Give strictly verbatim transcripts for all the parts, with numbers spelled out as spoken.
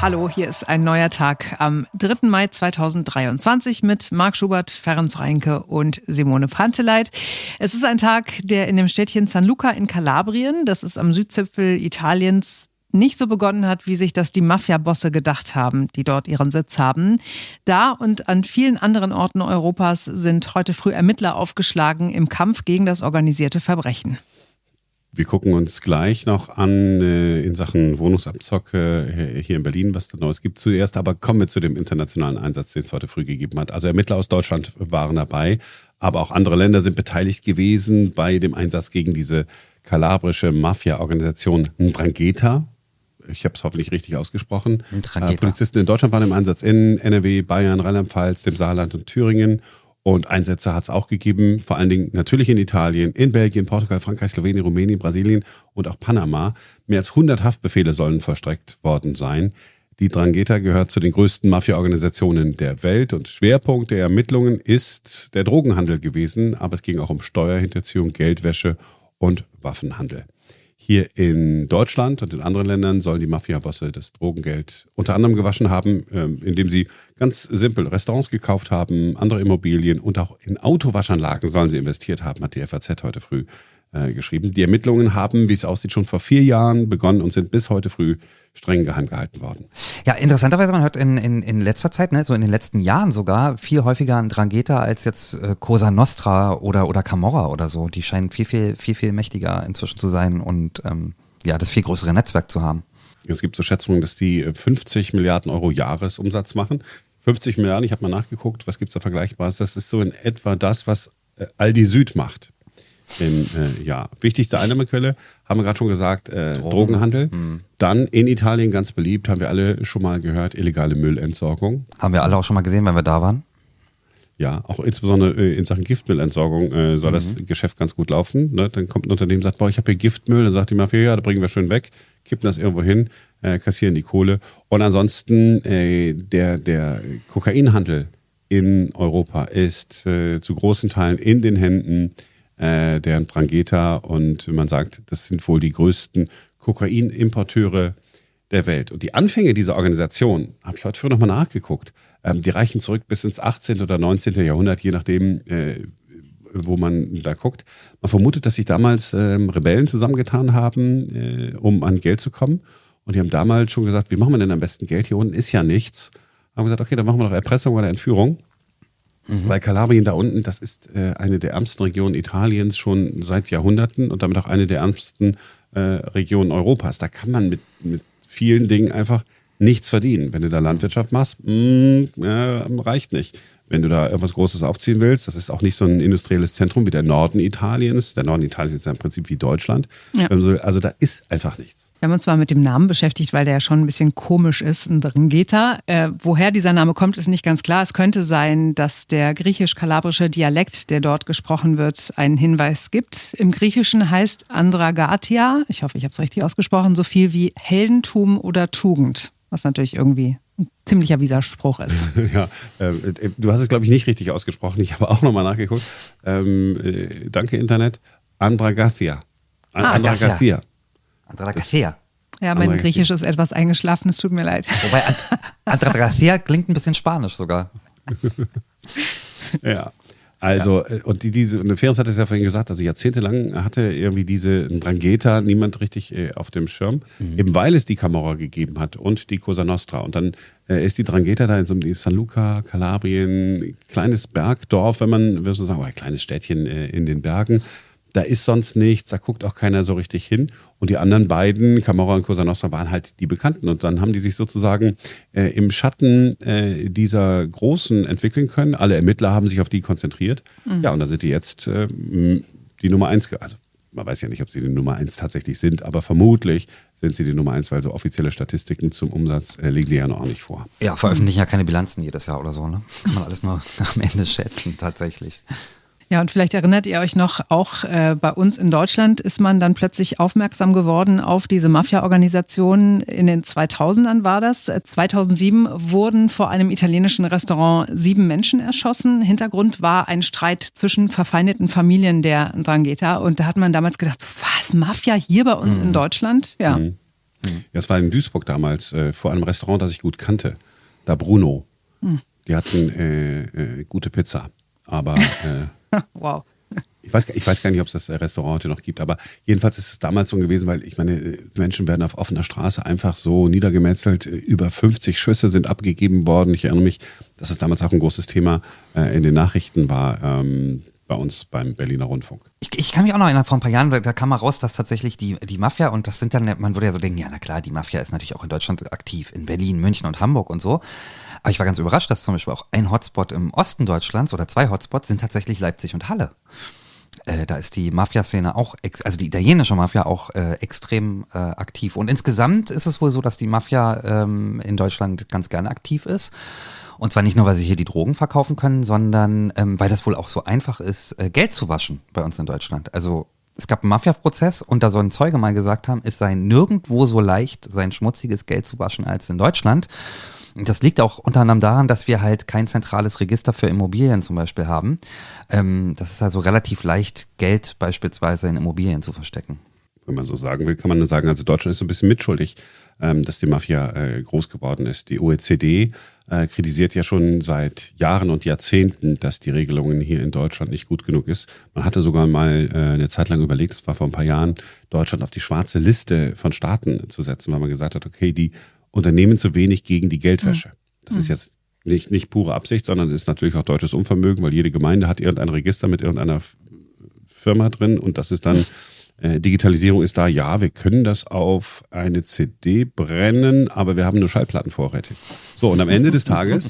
Hallo, hier ist ein neuer Tag am dritten Mai zweitausenddreiundzwanzig mit Marc Schubert, Ferenc Reinke und Simone Panteleit. Es ist ein Tag, der in dem Städtchen San Luca in Kalabrien, das ist am Südzipfel Italiens, nicht so begonnen hat, wie sich das die Mafia-Bosse gedacht haben, die dort ihren Sitz haben. Da und an vielen anderen Orten Europas sind heute früh Ermittler aufgeschlagen im Kampf gegen das organisierte Verbrechen. Wir gucken uns gleich noch an äh, in Sachen Wohnungsabzocke hier in Berlin, was da Neues gibt. Zuerst aber kommen wir zu dem internationalen Einsatz, den es heute früh gegeben hat. Also Ermittler aus Deutschland waren dabei, aber auch andere Länder sind beteiligt gewesen bei dem Einsatz gegen diese kalabrische Mafia-Organisation Ndrangheta. Ich habe es hoffentlich richtig ausgesprochen. Äh, Polizisten in Deutschland waren im Einsatz in N R W, Bayern, Rheinland-Pfalz, dem Saarland und Thüringen. Und Einsätze hat es auch gegeben, vor allen Dingen natürlich in Italien, in Belgien, Portugal, Frankreich, Slowenien, Rumänien, Brasilien und auch Panama. Mehr als hundert Haftbefehle sollen vollstreckt worden sein. Die Ndrangheta gehört zu den größten Mafia-Organisationen der Welt und Schwerpunkt der Ermittlungen ist der Drogenhandel gewesen, aber es ging auch um Steuerhinterziehung, Geldwäsche und Waffenhandel. Hier in Deutschland und in anderen Ländern sollen die Mafia-Bosse das Drogengeld unter anderem gewaschen haben, indem sie ganz simpel Restaurants gekauft haben, andere Immobilien und auch in Autowaschanlagen sollen sie investiert haben, hat die F A Z heute früh äh, geschrieben. Die Ermittlungen haben, wie es aussieht, schon vor vier Jahren begonnen und sind bis heute früh streng geheim gehalten worden. Ja, interessanterweise, man hört in, in, in letzter Zeit, ne, so in den letzten Jahren sogar, viel häufiger an Ndrangheta als jetzt äh, Cosa Nostra oder, oder Camorra oder so. Die scheinen viel, viel, viel, viel mächtiger inzwischen zu sein und ähm, ja, das viel größere Netzwerk zu haben. Es gibt so Schätzungen, dass die fünfzig Milliarden Euro Jahresumsatz machen. fünfzig Milliarden, ich habe mal nachgeguckt, was gibt es da Vergleichbares? Das ist so in etwa das, was äh, Aldi Süd macht. Im äh, Jahr. Wichtigste Einnahmequelle, haben wir gerade schon gesagt, äh, Drogen. Drogenhandel. Hm. Dann in Italien ganz beliebt, haben wir alle schon mal gehört, illegale Müllentsorgung. Haben wir alle auch schon mal gesehen, wenn wir da waren? Ja, auch insbesondere äh, in Sachen Giftmüllentsorgung äh, soll mhm. das Geschäft ganz gut laufen. Ne? Dann kommt ein Unternehmen und sagt, boah, ich habe hier Giftmüll. Dann sagt die Mafia, ja, da bringen wir schön weg, kippen das irgendwo hin, äh, kassieren die Kohle. Und ansonsten äh, der, der Kokainhandel in Europa ist äh, zu großen Teilen in den Händen der Ndrangheta und man sagt, das sind wohl die größten Kokainimporteure der Welt. Und die Anfänge dieser Organisation, habe ich heute früh nochmal nachgeguckt, ähm, die reichen zurück bis ins achtzehnten oder neunzehnten Jahrhundert, je nachdem, äh, wo man da guckt. Man vermutet, dass sich damals ähm, Rebellen zusammengetan haben, äh, um an Geld zu kommen. Und die haben damals schon gesagt, wie machen wir denn am besten Geld? Hier unten ist ja nichts. Haben gesagt, okay, dann machen wir doch Erpressung oder Entführung. Mhm. Weil Kalabrien da unten, das ist äh, eine der ärmsten Regionen Italiens schon seit Jahrhunderten und damit auch eine der ärmsten äh, Regionen Europas. Da kann man mit, mit vielen Dingen einfach nichts verdienen. Wenn du da Landwirtschaft machst, mh, äh, reicht nicht. Wenn du da irgendwas Großes aufziehen willst, das ist auch nicht so ein industrielles Zentrum wie der Norden Italiens. Der Norden Italiens ist ja im Prinzip wie Deutschland. Ja. Also da ist einfach nichts. Wir haben uns mal mit dem Namen beschäftigt, weil der ja schon ein bisschen komisch ist, Ndrangheta. Äh, woher dieser Name kommt, ist nicht ganz klar. Es könnte sein, dass der griechisch-kalabrische Dialekt, der dort gesprochen wird, einen Hinweis gibt. Im Griechischen heißt Androgatia, ich hoffe, ich habe es richtig ausgesprochen, so viel wie Heldentum oder Tugend. Was natürlich irgendwie ein ziemlicher Widerspruch ist. Ja, äh, du hast es, glaube ich, nicht richtig ausgesprochen. Ich habe auch nochmal nachgeguckt. Ähm, äh, danke, Internet. Androgatia. Ah, Androgatia. Androgatia. Ja, mein Griechisch ist etwas eingeschlafen, es tut mir leid. Wobei Androgatia klingt ein bisschen spanisch sogar. Ja. Also, ja. und die, diese, und Ferenc hat es ja vorhin gesagt, also jahrzehntelang hatte irgendwie diese Ndrangheta niemand richtig äh, auf dem Schirm, mhm. eben weil es die Camorra gegeben hat und die Cosa Nostra. Und dann äh, ist die Ndrangheta da in so einem San Luca, Kalabrien, kleines Bergdorf, wenn man, würde so sagen, oder ein kleines Städtchen äh, in den Bergen. Da ist sonst nichts, da guckt auch keiner so richtig hin. Und die anderen beiden, Camorra und Cosa Nostra, waren halt die Bekannten. Und dann haben die sich sozusagen äh, im Schatten äh, dieser Großen entwickeln können. Alle Ermittler haben sich auf die konzentriert. Mhm. Ja, und dann sind die jetzt äh, die Nummer eins. Also man weiß ja nicht, ob sie die Nummer eins tatsächlich sind, aber vermutlich sind sie die Nummer eins, weil so offizielle Statistiken zum Umsatz äh, legen die ja noch auch nicht vor. Ja, veröffentlichen ja keine Bilanzen jedes Jahr oder so, ne? Kann man alles nur am Ende schätzen, tatsächlich. Ja, und vielleicht erinnert ihr euch noch, auch äh, bei uns in Deutschland ist man dann plötzlich aufmerksam geworden auf diese Mafia-Organisation. In den zweitausendern war das. zweitausendsieben wurden vor einem italienischen Restaurant sieben Menschen erschossen. Hintergrund war ein Streit zwischen verfeindeten Familien der Ndrangheta. Und da hat man damals gedacht, so, was, Mafia hier bei uns mhm. in Deutschland? Ja. Mhm. Mhm. Das war in Duisburg damals, äh, vor einem Restaurant, das ich gut kannte. Da Bruno. Mhm. Die hatten äh, äh, gute Pizza. Aber äh, wow. Ich weiß, ich weiß gar nicht, ob es das Restaurant heute noch gibt, aber jedenfalls ist es damals so gewesen, weil ich meine, Menschen werden auf offener Straße einfach so niedergemetzelt. Über fünfzig Schüsse sind abgegeben worden. Ich erinnere mich, dass es damals auch ein großes Thema äh, in den Nachrichten war, ähm, bei uns beim Berliner Rundfunk. Ich, ich kann mich auch noch erinnern, vor ein paar Jahren, da kam mal raus, dass tatsächlich die, die Mafia, und das sind dann, man würde ja so denken, ja na klar, die Mafia ist natürlich auch in Deutschland aktiv, in Berlin, München und Hamburg und so. Aber ich war ganz überrascht, dass zum Beispiel auch ein Hotspot im Osten Deutschlands oder zwei Hotspots sind tatsächlich Leipzig und Halle. Äh, da ist die Mafia-Szene auch, ex- also die italienische Mafia auch äh, extrem äh, aktiv. Und insgesamt ist es wohl so, dass die Mafia ähm, in Deutschland ganz gerne aktiv ist. Und zwar nicht nur, weil sie hier die Drogen verkaufen können, sondern ähm, weil das wohl auch so einfach ist, äh, Geld zu waschen bei uns in Deutschland. Also es gab einen Mafia-Prozess und da soll ein Zeuge mal gesagt haben, es sei nirgendwo so leicht, sein schmutziges Geld zu waschen als in Deutschland. Und das liegt auch unter anderem daran, dass wir halt kein zentrales Register für Immobilien zum Beispiel haben. Ähm, das ist also relativ leicht, Geld beispielsweise in Immobilien zu verstecken. Wenn man so sagen will, kann man sagen, also Deutschland ist so ein bisschen mitschuldig, ähm, dass die Mafia äh, groß geworden ist. Die O E C D äh, kritisiert ja schon seit Jahren und Jahrzehnten, dass die Regelungen hier in Deutschland nicht gut genug ist. Man hatte sogar mal äh, eine Zeit lang überlegt, das war vor ein paar Jahren, Deutschland auf die schwarze Liste von Staaten zu setzen, weil man gesagt hat, okay, die Unternehmen zu wenig gegen die Geldwäsche. Das mhm. ist jetzt nicht, nicht pure Absicht, sondern es ist natürlich auch deutsches Unvermögen, weil jede Gemeinde hat irgendein Register mit irgendeiner Firma drin und das ist dann, äh, Digitalisierung ist da, ja, wir können das auf eine C D brennen, aber wir haben nur Schallplatten vorrätig. So, und am Ende des Tages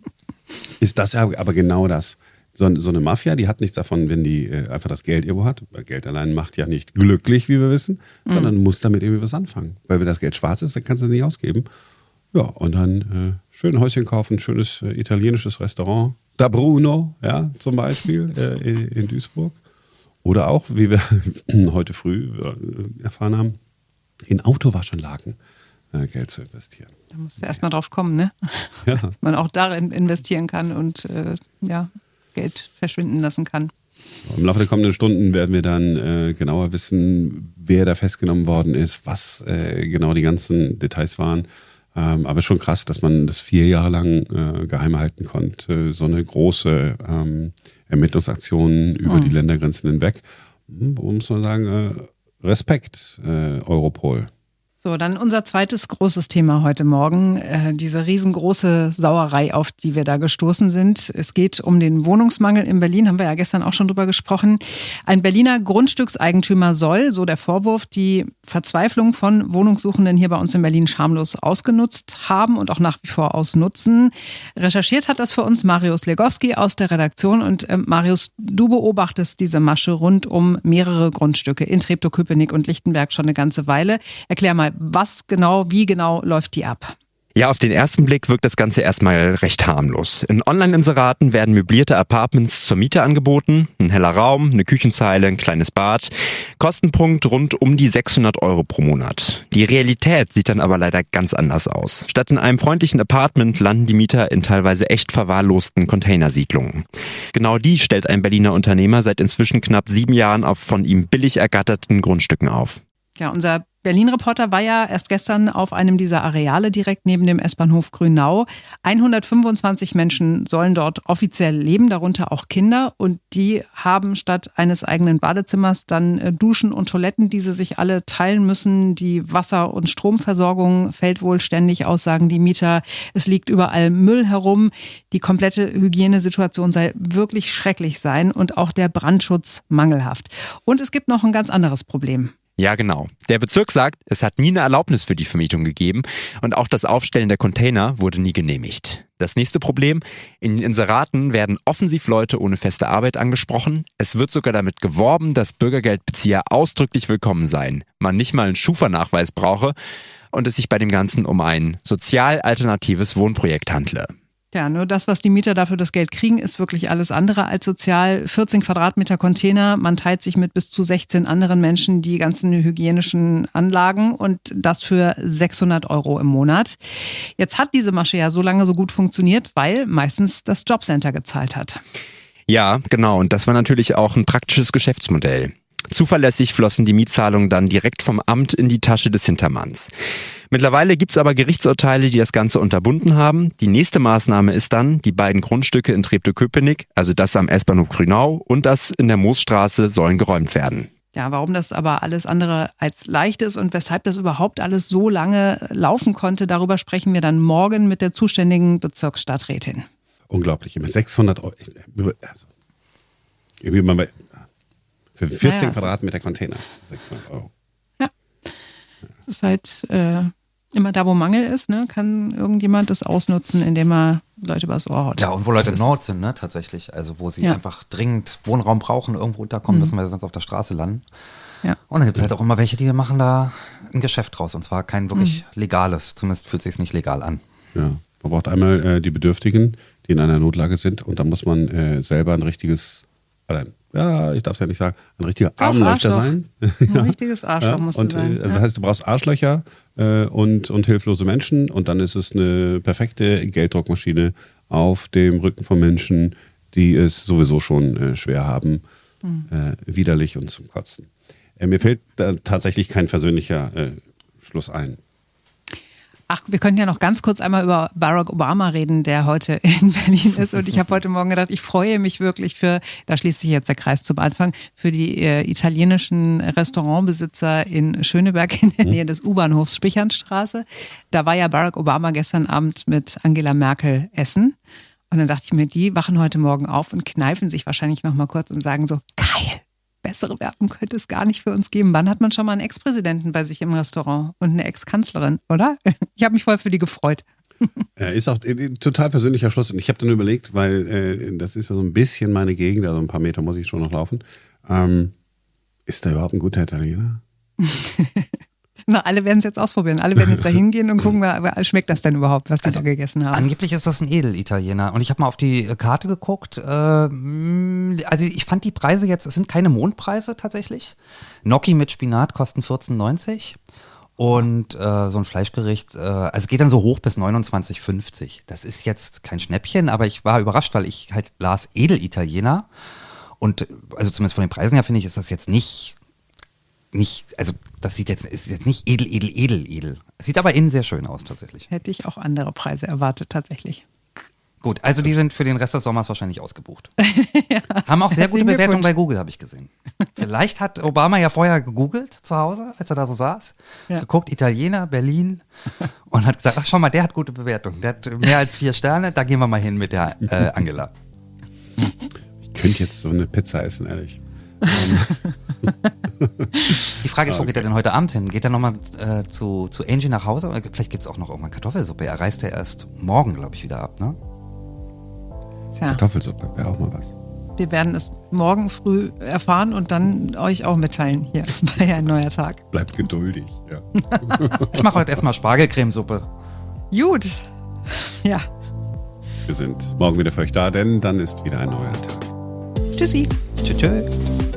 ist das ja aber genau das. So, so eine Mafia, die hat nichts davon, wenn die äh, einfach das Geld irgendwo hat. Weil Geld allein macht ja nicht glücklich, wie wir wissen, mhm. sondern muss damit irgendwie was anfangen. Weil wenn das Geld schwarz ist, dann kannst du es nicht ausgeben. Ja, und dann äh, schön ein Häuschen kaufen, schönes äh, italienisches Restaurant. Da Bruno, ja, zum Beispiel äh, in, in Duisburg. Oder auch, wie wir heute früh äh, erfahren haben, in Autowaschanlagen äh, Geld zu investieren. Da musst du erst mal drauf kommen, ne? Ja. Dass man auch darin investieren kann und äh, ja, Geld verschwinden lassen kann. Im Laufe der kommenden Stunden werden wir dann äh, genauer wissen, wer da festgenommen worden ist, was äh, genau die ganzen Details waren. Ähm, aber schon krass, dass man das vier Jahre lang äh, geheim halten konnte. So eine große ähm, Ermittlungsaktion über mhm. die Ländergrenzen hinweg. Muss man sagen, äh, Respekt, äh, Europol. So, dann unser zweites großes Thema heute Morgen, äh, diese riesengroße Sauerei, auf die wir da gestoßen sind. Es geht um den Wohnungsmangel in Berlin, haben wir ja gestern auch schon drüber gesprochen. Ein Berliner Grundstückseigentümer soll, so der Vorwurf, die Verzweiflung von Wohnungssuchenden hier bei uns in Berlin schamlos ausgenutzt haben und auch nach wie vor ausnutzen. Recherchiert hat das für uns Marius Legowski aus der Redaktion. Und äh, Marius, du beobachtest diese Masche rund um mehrere Grundstücke in Treptow-Köpenick und Lichtenberg schon eine ganze Weile. Erklär mal, was genau, wie genau läuft die ab? Ja, auf den ersten Blick wirkt das Ganze erstmal recht harmlos. In Online-Inseraten werden möblierte Apartments zur Miete angeboten. Ein heller Raum, eine Küchenzeile, ein kleines Bad. Kostenpunkt rund um die sechshundert Euro pro Monat. Die Realität sieht dann aber leider ganz anders aus. Statt in einem freundlichen Apartment landen die Mieter in teilweise echt verwahrlosten Containersiedlungen. Genau die stellt ein Berliner Unternehmer seit inzwischen knapp sieben Jahren auf von ihm billig ergatterten Grundstücken auf. Ja, unser Berlin-Reporter war ja erst gestern auf einem dieser Areale direkt neben dem S-Bahnhof Grünau. hundertfünfundzwanzig Menschen sollen dort offiziell leben, darunter auch Kinder. Und die haben statt eines eigenen Badezimmers dann Duschen und Toiletten, die sie sich alle teilen müssen. Die Wasser- und Stromversorgung fällt wohl ständig aus, sagen die Mieter. Es liegt überall Müll herum. Die komplette Hygienesituation sei wirklich schrecklich sein und auch der Brandschutz mangelhaft. Und es gibt noch ein ganz anderes Problem. Ja, genau. Der Bezirk sagt, es hat nie eine Erlaubnis für die Vermietung gegeben und auch das Aufstellen der Container wurde nie genehmigt. Das nächste Problem, in den Inseraten werden offensiv Leute ohne feste Arbeit angesprochen. Es wird sogar damit geworben, dass Bürgergeldbezieher ausdrücklich willkommen seien, man nicht mal einen Schufa-Nachweis brauche und es sich bei dem Ganzen um ein sozial alternatives Wohnprojekt handle. Ja, nur das, was die Mieter dafür das Geld kriegen, ist wirklich alles andere als sozial. vierzehn Quadratmeter Container, man teilt sich mit bis zu sechzehn anderen Menschen die ganzen hygienischen Anlagen und das für sechshundert Euro im Monat. Jetzt hat diese Masche ja so lange so gut funktioniert, weil meistens das Jobcenter gezahlt hat. Ja, genau. Und das war natürlich auch ein praktisches Geschäftsmodell. Zuverlässig flossen die Mietzahlungen dann direkt vom Amt in die Tasche des Hintermanns. Mittlerweile gibt's aber Gerichtsurteile, die das Ganze unterbunden haben. Die nächste Maßnahme ist dann, die beiden Grundstücke in Treptow-Köpenick, also das am S-Bahnhof Grünau und das in der Moosstraße, sollen geräumt werden. Ja, warum das aber alles andere als leicht ist und weshalb das überhaupt alles so lange laufen konnte, darüber sprechen wir dann morgen mit der zuständigen Bezirksstadträtin. Unglaublich, immer sechshundert Euro. Also, irgendwie mal bei, für vierzehn naja, Quadratmeter Container, sechshundert Euro. Ja, es ist halt äh, immer da, wo Mangel ist, ne, kann irgendjemand das ausnutzen, indem er Leute übers Ohr haut. Ja, und wo Leute in Not sind, ne, tatsächlich. Also wo sie ja. einfach dringend Wohnraum brauchen, irgendwo unterkommen mhm. müssen, weil sie sonst auf der Straße landen. Ja. Und dann gibt es halt auch immer welche, die machen da ein Geschäft draus. Und zwar kein wirklich mhm. legales. Zumindest fühlt es sich nicht legal an. Ja, man braucht einmal äh, die Bedürftigen, die in einer Notlage sind. Und da muss man äh, selber ein richtiges, oder ein, ja, ich darf es ja nicht sagen, ein richtiger Armleuchter sein. Ein ja. richtiges Arschloch ja. musst du und, sein. Also das ja. heißt, du brauchst Arschlöcher äh, und, und hilflose Menschen. Und dann ist es eine perfekte Gelddruckmaschine auf dem Rücken von Menschen, die es sowieso schon äh, schwer haben. Mhm. Äh, widerlich und zum Kotzen. Äh, mir fällt da tatsächlich kein versöhnlicher äh, Schluss ein. Ach, wir könnten ja noch ganz kurz einmal über Barack Obama reden, der heute in Berlin ist. Und ich habe heute Morgen gedacht, ich freue mich wirklich für, da schließt sich jetzt der Kreis zum Anfang, für die äh, italienischen Restaurantbesitzer in Schöneberg in der Nähe des U-Bahnhofs Spichernstraße. Da war ja Barack Obama gestern Abend mit Angela Merkel essen. Und dann dachte ich mir, die wachen heute Morgen auf und kneifen sich wahrscheinlich noch mal kurz und sagen so, geil. Bessere Werbung könnte es gar nicht für uns geben. Wann hat man schon mal einen Ex-Präsidenten bei sich im Restaurant und eine Ex-Kanzlerin, oder? Ich habe mich voll für die gefreut. Äh, ist auch ein total persönlicher Schluss. Und ich habe dann überlegt, weil äh, das ist ja so ein bisschen meine Gegend, also ein paar Meter muss ich schon noch laufen. Ähm, ist da überhaupt ein guter Italiener? Na, alle werden es jetzt ausprobieren. Alle werden jetzt da hingehen und gucken, schmeckt das denn überhaupt, was die also, da gegessen haben. Angeblich ist das ein Edelitaliener. Und ich habe mal auf die Karte geguckt. Äh, also ich fand die Preise jetzt, es sind keine Mondpreise tatsächlich. Gnocchi mit Spinat kosten vierzehn neunzig. Und äh, so ein Fleischgericht, äh, also geht dann so hoch bis neunundzwanzig fünfzig. Das ist jetzt kein Schnäppchen, aber ich war überrascht, weil ich halt las Edelitaliener. Und also zumindest von den Preisen her finde ich, ist das jetzt nicht... Nicht, also das sieht jetzt, ist jetzt nicht edel, edel, edel, edel. Es sieht aber innen sehr schön aus tatsächlich. Hätte ich auch andere Preise erwartet tatsächlich. Gut, also die sind für den Rest des Sommers wahrscheinlich ausgebucht. ja. Haben auch sehr gute Bewertungen bei Google, habe ich gesehen. Vielleicht hat Obama ja vorher gegoogelt zu Hause, als er da so saß, ja. geguckt, Italiener, Berlin und hat gesagt, ach schau mal, der hat gute Bewertungen. Der hat mehr als vier Sterne, da gehen wir mal hin mit der äh, Angela. Ich könnte jetzt so eine Pizza essen, ehrlich. Die Frage ist, wo okay. geht er denn heute Abend hin? Geht er nochmal äh, zu, zu Angie nach Hause? Oder vielleicht gibt es auch noch irgendwann Kartoffelsuppe. Er reist ja erst morgen, glaube ich, wieder ab, ne? Tja. Kartoffelsuppe wäre auch mal was. Wir werden es morgen früh erfahren und dann euch auch mitteilen hier bei Ein neuer Tag. Bleibt geduldig, ja. Ich mache heute erstmal Spargelcremesuppe. Gut, ja. Wir sind morgen wieder für euch da, denn dann ist wieder ein neuer Tag. Tschüssi. Tschüss.